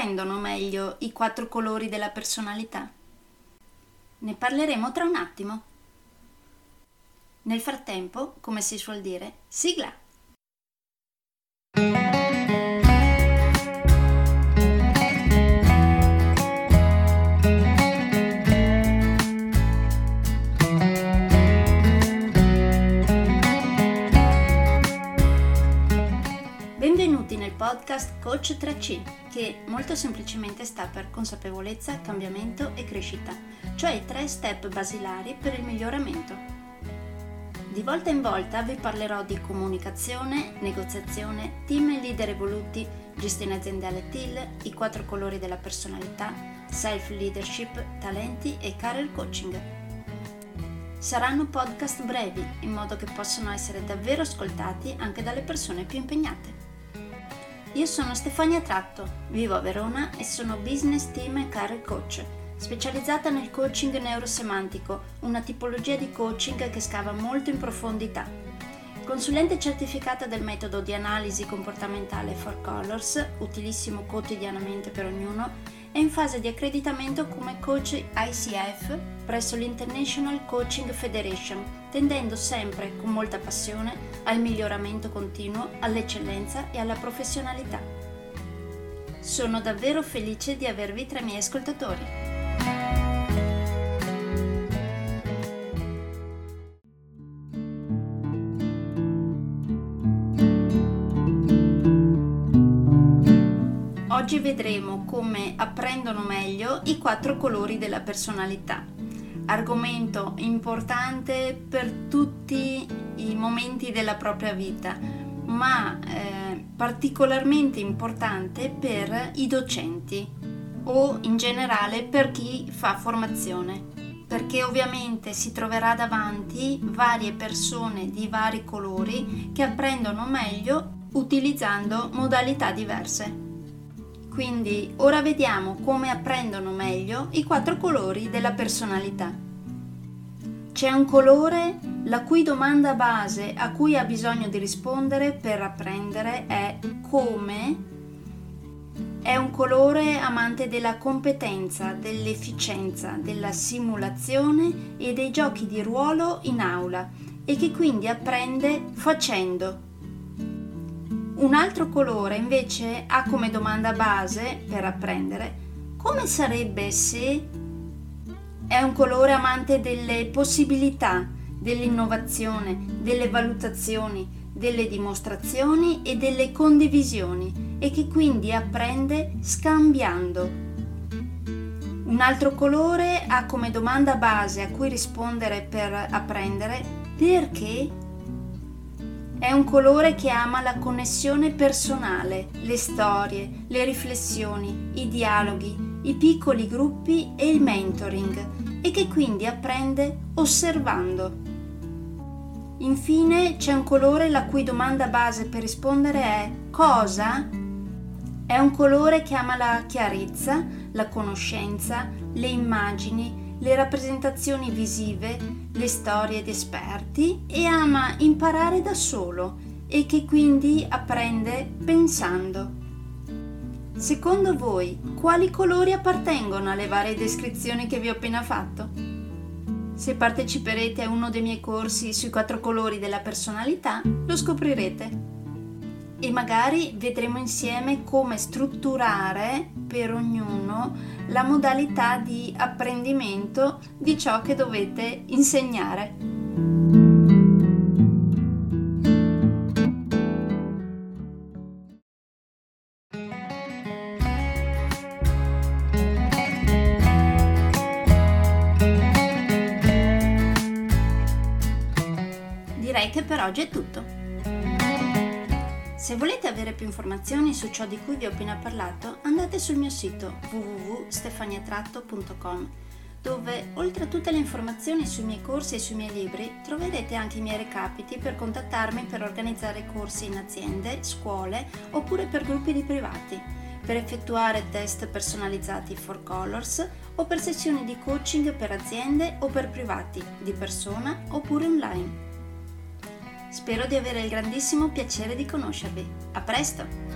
apprendono meglio i 4 colori della personalità? Ne parleremo tra un attimo. Nel frattempo, come si suol dire, sigla! Benvenuti nel podcast Coach 3C, che molto semplicemente sta per consapevolezza, cambiamento e crescita, cioè i 3 step basilari per il miglioramento. Di volta in volta vi parlerò di comunicazione, negoziazione, team e leader evoluti, gestione aziendale TIL, i 4 colori della personalità, self-leadership, talenti e career coaching. Saranno podcast brevi, in modo che possano essere davvero ascoltati anche dalle persone più impegnate. Io sono Stefania Tratto, vivo a Verona e sono business team e career coach, specializzata nel coaching neurosemantico, una tipologia di coaching che scava molto in profondità. Consulente certificata del metodo di analisi comportamentale 4 Colors, utilissimo quotidianamente per ognuno, è in fase di accreditamento come coach ICF presso l'International Coaching Federation, tendendo sempre con molta passione al miglioramento continuo, all'eccellenza e alla professionalità. Sono davvero felice di avervi tra i miei ascoltatori. Oggi vedremo come apprendono meglio i 4 colori della personalità. Argomento importante per tutti i momenti della propria vita, ma particolarmente importante per i docenti o in generale per chi fa formazione, perché ovviamente si troverà davanti varie persone di vari colori che apprendono meglio utilizzando modalità diverse. Quindi ora vediamo come apprendono meglio i 4 colori della personalità. C'è un colore la cui domanda base a cui ha bisogno di rispondere per apprendere è come. È un colore amante della competenza, dell'efficienza, della simulazione e dei giochi di ruolo in aula e che quindi apprende facendo. Un altro colore invece ha come domanda base per apprendere come sarebbe se. È un colore amante delle possibilità, dell'innovazione, delle valutazioni, delle dimostrazioni e delle condivisioni e che quindi apprende scambiando. Un altro colore ha come domanda base a cui rispondere per apprendere perché. È un colore che ama la connessione personale, le storie, le riflessioni, i dialoghi, i piccoli gruppi e il mentoring e che quindi apprende osservando. Infine c'è un colore la cui domanda base per rispondere è cosa? È un colore che ama la chiarezza, la conoscenza, le immagini, le rappresentazioni visive, le storie di esperti e ama imparare da solo e che quindi apprende pensando. Secondo voi, quali colori appartengono alle varie descrizioni che vi ho appena fatto? Se parteciperete a uno dei miei corsi sui 4 colori della personalità, lo scoprirete. E magari vedremo insieme come strutturare per ognuno la modalità di apprendimento di ciò che dovete insegnare. Direi che per oggi è tutto. Se volete avere più informazioni su ciò di cui vi ho appena parlato, andate sul mio sito www.stefaniatratto.com, dove oltre a tutte le informazioni sui miei corsi e sui miei libri troverete anche i miei recapiti per contattarmi per organizzare corsi in aziende, scuole oppure per gruppi di privati, per effettuare test personalizzati 4 Colors o per sessioni di coaching per aziende o per privati, di persona oppure online. Spero di avere il grandissimo piacere di conoscervi. A presto!